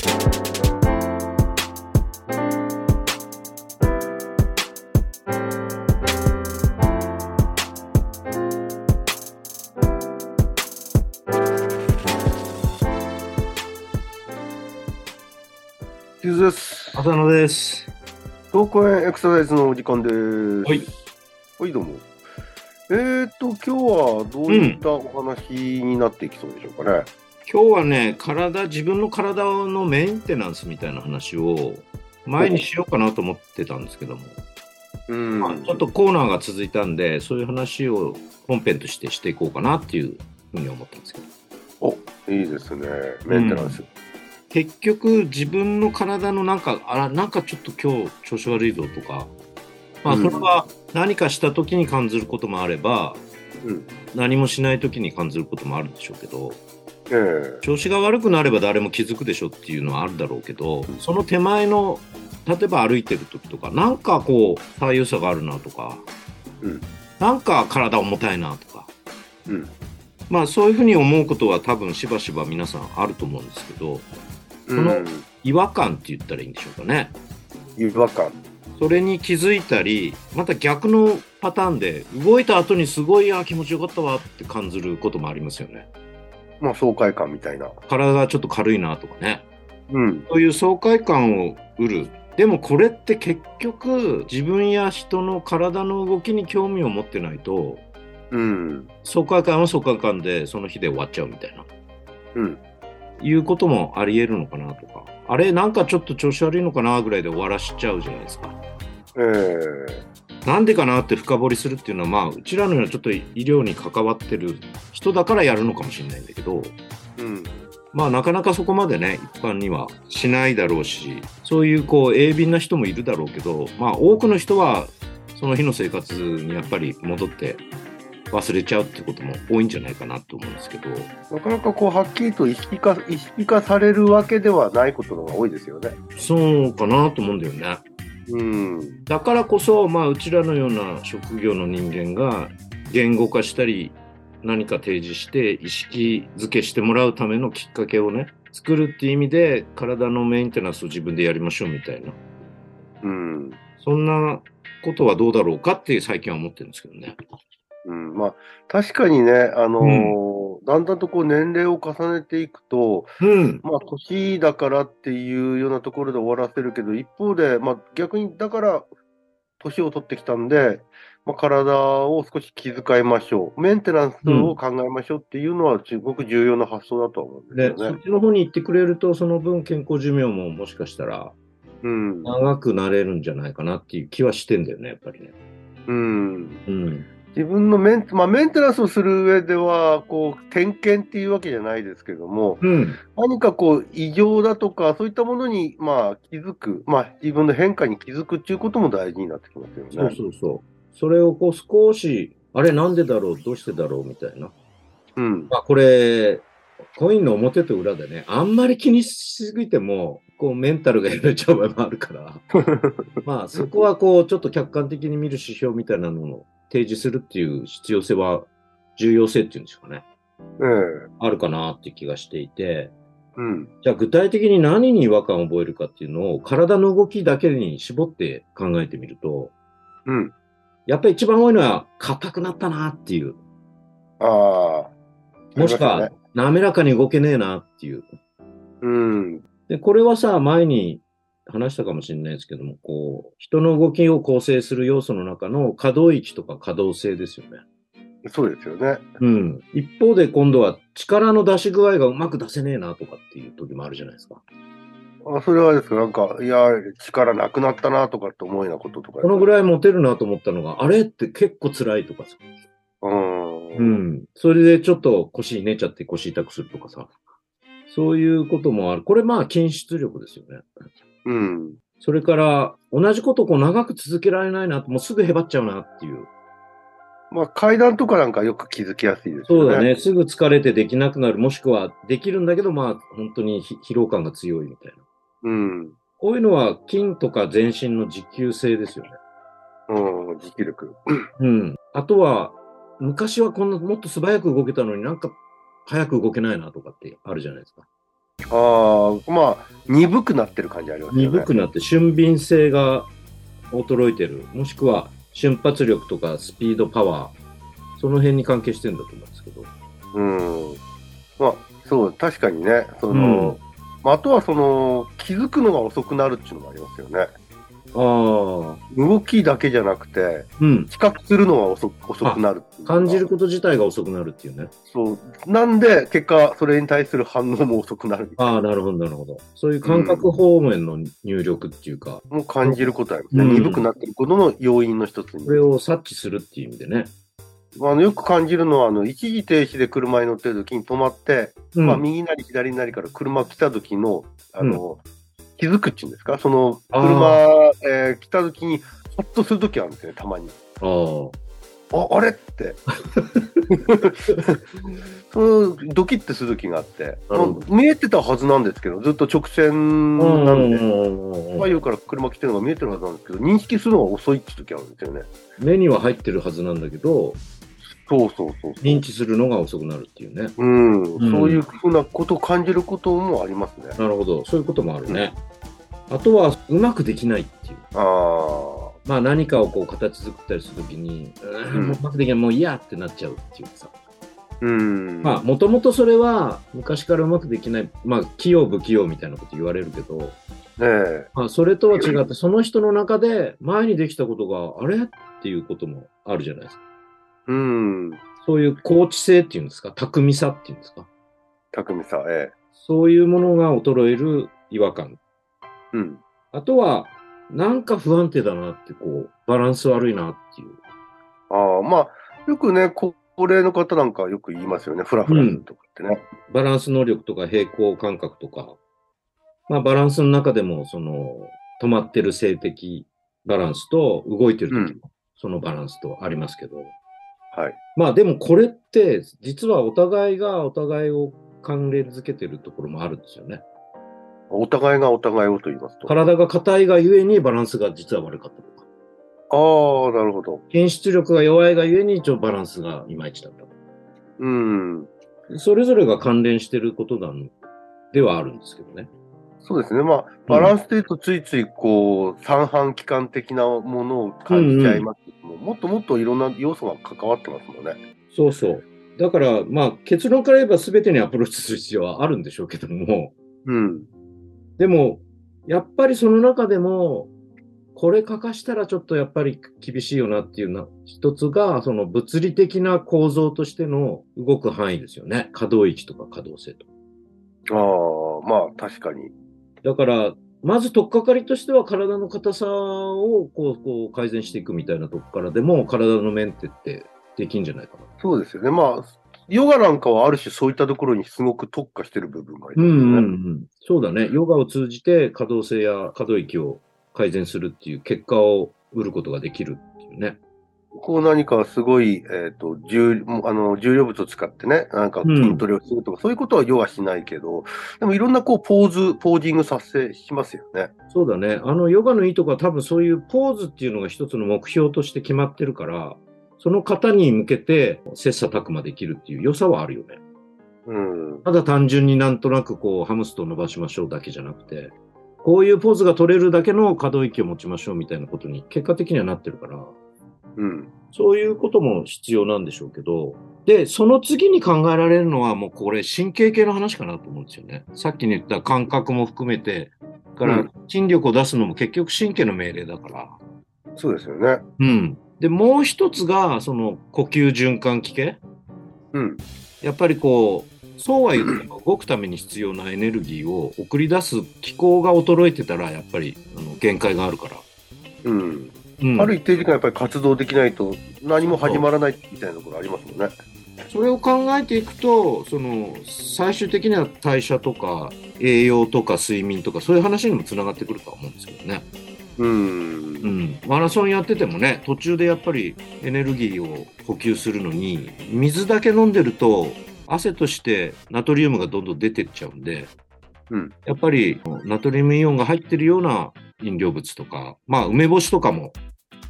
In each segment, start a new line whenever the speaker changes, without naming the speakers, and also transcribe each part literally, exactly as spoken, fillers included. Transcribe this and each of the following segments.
ゆずです。
浅野です。
東公園エクササイズのお時間です。
はい。
はい、どうも。えーと、今日はどういったお話になっていきそうでしょうかね。うん、
今日はね、体、自分の体のメンテナンスみたいな話を前にしようかなと思ってたんですけども、
うん
まあ、ちょっとコーナーが続いたんで、そういう話を本編としてしていこうかなっていうふうに思ったんですけど。
お、いいですね。メンテナンス。うん、
結局自分の体のなんか、あら、なんかちょっと今日調子悪いぞとか、まあそれは何かした時に感じることもあれば、うん、何もしない時に感じることもあるんでしょうけど、えー、調子が悪くなれば誰も気づくでしょっていうのはあるだろうけど、うん、その手前の例えば歩いてる時とかなんかこう左右差があるなとか、うん、なんか体重たいなとか、うん、まあそういうふうに思うことは多分しばしば皆さんあると思うんですけど、その違和感って言ったらいいんでしょうかね。
違和感。
それに気づいたり、また逆のパターンで動いた後にすごいあ気持ちよかったわって感じることもありますよね。
まあ爽快感みたいな。
体がちょっと軽いなとかね。
うん。
そういう爽快感を得る。でもこれって結局自分や人の体の動きに興味を持ってないと、うん、爽快感は爽快感でその日で終わっちゃうみたいな。うん。いうこともあり得るのかなとか。あれなんかちょっと調子悪いのかなぐらいで終わらしちゃうじゃないですか。えー、なんでかなって深掘りするっていうのは、まあうちらのようなちょっと医療に関わってる人だからやるのかもしれないんだけど、うん、まあなかなかそこまでね一般にはしないだろうし、そういうこう鋭敏な人もいるだろうけど、まあ多くの人はその日の生活にやっぱり戻って忘れちゃうってことも多いんじゃないかなと思うんですけど、
なかなかこうはっきりと意識化、意識化されるわけではないことのが多いですよね。
そうかなと思うんだよね。うん、だからこそ、まあ、うちらのような職業の人間が言語化したり何か提示して意識づけしてもらうためのきっかけをね作るっていう意味で体のメンテナンスを自分でやりましょうみたいな、うん、そんなことはどうだろうかって最近は思ってるんですけどね。
うん、まあ確かにね、あのーうん、だんだんとこう年齢を重ねていくと、うん、まあ年だからっていうようなところで終わらせるけど、一方で、まあ逆にだから年を取ってきたんで、まあ、体を少し気遣いましょう。メンテナンスを考えましょうっていうのはすごく重要な発想だと思うんですよね。
で、そっちの方に行ってくれると、その分健康寿命ももしかしたら長くなれるんじゃないかなっていう気はしてんだよね、やっぱりね。
うん。うん自分のメン、まあ、メンテナンスをする上では、こう、点検っていうわけじゃないですけども、うん、何かこう、異常だとか、そういったものに、まあ、気づく、まあ、自分の変化に気づくっていうことも大事になってきますよね。
そうそうそう。それをこう、少し、あれ、なんでだろう、どうしてだろう、みたいな。うん。まあ、これ、コインの表と裏でね、あんまり気にしすぎても、こう、メンタルがやられちゃう場合もあるから、まあ、そこはこう、ちょっと客観的に見る指標みたいなのを提示するっていう必要性は、重要性っていうんですかね。ええ、あるかなっていう気がしていて、うん、じゃあ具体的に何に違和感を覚えるかっていうのを体の動きだけに絞って考えてみると、うん、やっぱり一番多いのは硬くなったなっていう。ああ、もしくは滑らかに動けねえなっていう。うん、でこれはさ、前に話したかもしれないですけども、こう、人の動きを構成する要素の中の可動域とか可動性ですよね。
そうですよね。
うん。一方で今度は力の出し具合がうまく出せねえなとかっていう時もあるじゃないですか。
あ、それはですか、なんか、いや、力なくなったなとかって思うようなこととか。
このぐらい持てるなと思ったのが、あれって結構辛いとかさ。うん。うん。それでちょっと腰ひねっちゃって腰痛くするとかさ。そういうこともある。これまあ筋出力ですよね。うん。それから、同じことをこう長く続けられないなと、もうすぐへばっちゃうなっていう。
まあ階段とかなんかよく気づきやすいですよね。
そうだね。すぐ疲れてできなくなる。もしくはできるんだけど、まあ本当に疲労感が強いみたいな。うん。こういうのは筋とか全身の持久性ですよね。
うん、持久力。
うん。あとは、昔はこんなもっと素早く動けたのになんか早く動けないなとかってあるじゃないですか。
ああ、まあ、鈍くなってる感じありますよね。
鈍くなって、俊敏性が衰えてる。もしくは、瞬発力とかスピード、パワー、その辺に関係してるんだと思うんですけど。
うん。まあ、そう、確かにね、その、うん、あとはその、気づくのが遅くなるっていうのもありますよね。
ああ。
動きだけじゃなくて、うん、知覚するのが遅、遅くなるっていう。
感じること自体が遅くなるっていうね。
そう。なんで、結果、それに対する反応も遅くなるみたいな。
ああ、なるほど、なるほど。そういう感覚方面の入力っていうか。
うん、もう感じることありますね。うん、鈍くなってることの要因の一つに。
これを察知するっていう意味でね。
あのよく感じるのは、あの一時停止で車に乗ってるときに止まって、うん、まあ、右なり左なりから車来たときの、あの、うん、気づくっていうんですか、その車、えー、来たときに、ほっとするときあるんですよね、たまに。ああ、あれって。そのドキッてするときがあって、見えてたはずなんですけど、ずっと直線なんで、左右から車来てるのが見えてるはずなんですけど、認識するのが遅いっていうときあるんですよね。
目には入ってるはずなんだけど、
そうそうそう。
認知するのが遅くなるっていうね。
うん。うん、そういうふうなことを感じることもありますね。
なるほど。そういうこともあるね。うん、あとは、うまくできないっていう。ああ。まあ何かをこう形作ったりするときに、うん、うまくできない、もう嫌ってなっちゃうっていうさ。うん。まあもともとそれは昔からうまくできない、まあ器用不器用みたいなこと言われるけど、ええ、まあそれとは違って、その人の中で前にできたことがあれっていうこともあるじゃないですか。うん、そういう高知性っていうんですか、巧みさっていうんですか。
巧みさ、ええ。
そういうものが衰える違和感。うん。あとは、なんか不安定だなって、こう、バランス悪いなっていう。
ああ、まあ、よくね、高齢の方なんかよく言いますよね、フラフラするとかってね、
うん。バランス能力とか平行感覚とか。まあ、バランスの中でも、その、止まってる性的バランスと、動いてる時の、そのバランスとありますけど。はい。まあでもこれって実はお互いがお互いを関連づけてるところもあるんですよね。
お互いがお互いをと言いますと。
体が硬いがゆえにバランスが実は悪かったとか。
ああ、なるほど。
検出力が弱いがゆえに一応バランスがいまいちだった。うん。それぞれが関連してることなんではあるんですけどね。
そうですね。まあ、バランスというとついついこう、三半規管的なものを感じちゃいますけども、うんうん、もっともっといろんな要素が関わってますもんね。
そうそう。だから、まあ、結論から言えば全てにアプローチする必要はあるんでしょうけども。うん。でも、やっぱりその中でも、これ書かしたらちょっとやっぱり厳しいよなっていうの一つが、その物理的な構造としての動く範囲ですよね。可動域とか可動性とか。
ああ、まあ確かに。
だから、まず取っかかりとしては体の硬さをこうこう改善していくみたいなとこからでも体のメンテってできんじゃないかな。
そうですよね。まあ、ヨガなんかはある種そういったところにすごく特化してる部分がありますよね。うんうんうん、
そうだね。ヨガを通じて可動性や可動域を改善するっていう結果を得ることができるっていうね。
こう何かすごい、えっと、重、あの、重量物を使ってね、なんか筋トレをするとか、うん、そういうことはヨガしないけど、でもいろんなこうポーズ、ポージング撮影しますよね。
そうだね。あの、ヨガのいいとこは多分そういうポーズっていうのが一つの目標として決まってるから、その方に向けて切磋琢磨できるっていう良さはあるよね。うん。ただ単純になんとなくこう、ハムストを伸ばしましょうだけじゃなくて、こういうポーズが取れるだけの可動域を持ちましょうみたいなことに結果的にはなってるから、うん。そういうことも必要なんでしょうけど、で、その次に考えられるのはもうこれ神経系の話かなと思うんですよね。さっきに言った感覚も含めて、から筋力を出すのも結局神経の命令だから。
そうですよね。
うん。で、もう一つがその呼吸循環器系。うん。やっぱりこう、そうは言っても動くために必要なエネルギーを送り出す機構が衰えてたらやっぱりあの限界があるから。
うん。うん、ある一定時間やっぱり活動できないと何も始まらないみたいなところありますもんね。
それを考えていくと、その最終的には代謝とか栄養とか睡眠とかそういう話にもつながってくるとは思うんですけどね。うん、うん、マラソンやっててもね、途中でやっぱりエネルギーを補給するのに水だけ飲んでると汗としてナトリウムがどんどん出てっちゃうんで、うん、やっぱりナトリウムイオンが入ってるような飲料物とか、まあ梅干しとかも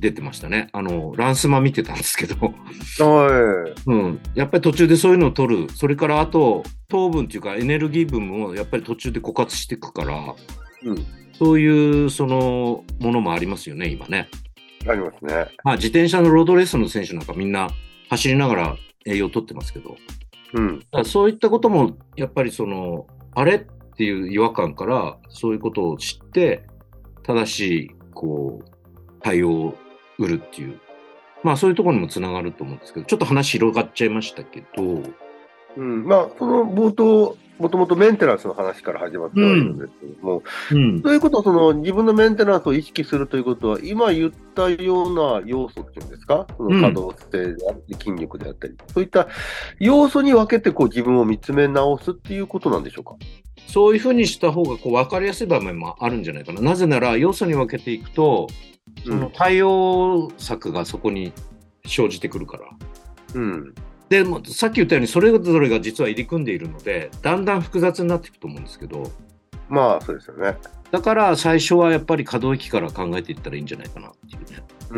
出てましたね。あの、ランスマ見てたんですけど。
はい。
うん。やっぱり途中でそういうのを取る。それからあと、糖分っていうかエネルギー分もやっぱり途中で枯渇していくから、うん。そういうそのものもありますよね、今ね。
ありますね。
まあ自転車のロードレースの選手なんかみんな走りながら栄養を取ってますけど。うん。だからそういったこともやっぱりその、あれっていう違和感からそういうことを知って、正しい、こう、対応を売るっていう。まあそういうところにもつながると思うんですけど、ちょっと話広がっちゃいましたけど。
うん、まあ、その冒頭、もともとメンテナンスの話から始まってはいるんですけども、うん、ということは、その自分のメンテナンスを意識するということは、今言ったような要素っていうんですか、その可動性であったり、筋力であったり、そういった要素に分けてこう自分を見つめ直すっていうことなんでしょうか。
そういうふうにした方がこう分かりやすい場面もあるんじゃないかな。なぜなら、要素に分けていくと、その対応策がそこに生じてくるから。うん。でもさっき言ったようにそれぞれが実は入り組んでいるのでだんだん複雑になっていくと思うんですけど、
まあそうですよね。
だから最初はやっぱり可動域から考えていったらいいんじゃないかなっていうね。うん、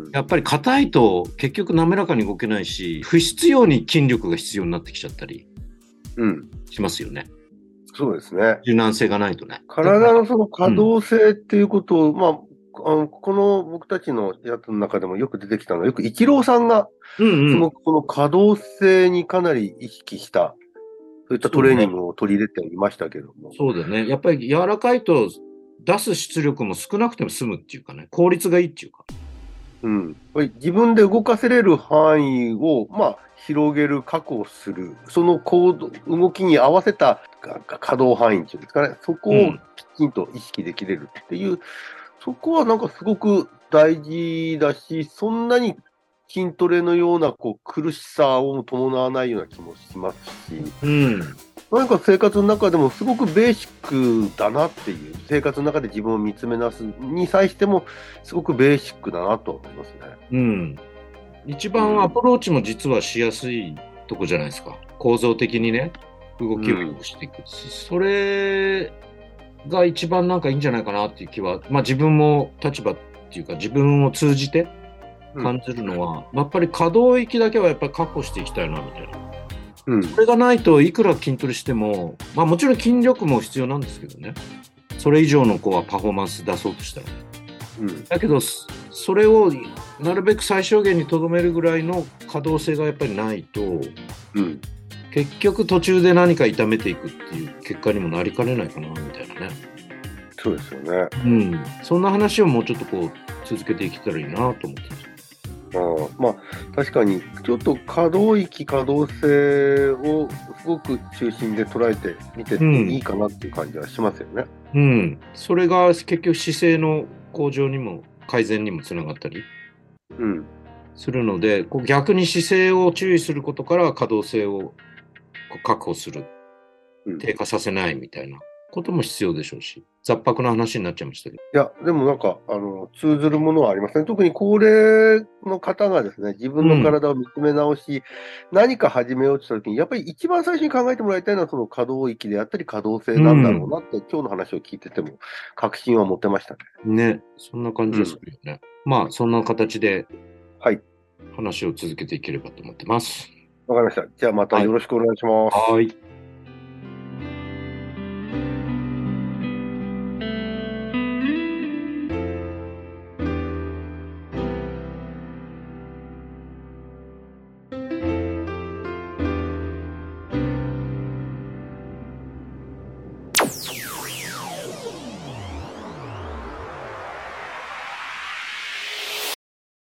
やっぱり硬いと結局滑らかに動けないし不必要に筋力が必要になってきちゃったりしますよね。
うん、そうですね。
柔軟性がないとね。
体のその可動性っていうことを、うん、まああのこの僕たちのやつの中でもよく出てきたのは、よくイチローさんが、すごくこの可動性にかなり意識した、そういったトレーニングを取り入れていましたけども。
そうだね。やっぱり柔らかいと出す出力も少なくても済むっていうかね、効率がいいっていうか。
うん。自分で動かせれる範囲を、まあ、広げる、確保する、その行動、動きに合わせた可動範囲っていうんですかね、そこをきちんと意識できれるっていう、うん、そこはなんかすごく大事だし、そんなに筋トレのようなこう苦しさを伴わないような気もしますし、うん、なんか生活の中でもすごくベーシックだなっていう、生活の中で自分を見つめ直すに際しても、すごくベーシックだなと思いますね。
うん。一番アプローチも実はしやすいとこじゃないですか。構造的にね、動きを良くしていく。うん、それが一番なんかいいんじゃないかなっていう気は、まあ自分も立場っていうか自分を通じて感じるのは、うん、やっぱり可動域だけはやっぱり確保していきたいなみたいな。うん、それがないといくら筋トレしても、まあもちろん筋力も必要なんですけどね。それ以上の子はパフォーマンス出そうとしたら。うん、だけど、それをなるべく最小限にとどめるぐらいの可動性がやっぱりないと、うん、結局途中で何か痛めていくっていう結果にもなりかねないかなみたいなね。
そうですよね。
うん。そんな話をもうちょっとこう続けていけたらいいなと思ってます。
あまあ確かにちょっと可動域可動性をすごく中心で捉えて見てていいかなっていう感じはしますよね。
うん、うん、それが結局姿勢の向上にも改善にもつながったりするので、うん、こう逆に姿勢を注意することから可動性を確保する、うん、低下させないみたいなことも必要でしょうし、雑白な話になっちゃいましたけど。
いや、でもなんか、あの、通ずるものはありますね。特に高齢の方がですね、自分の体を見つめ直し、うん、何か始めようとしたときに、やっぱり一番最初に考えてもらいたいのは、その可動域であったり、可動性なんだろうなって、うん、今日の話を聞いてても、確信は持てました
ね。ね、そんな感じでするよね。うん、まあ、そんな形で、はい。話を続けていければと思ってます。
わかりました。じゃあまたよろしくお願いします。
はい。はい。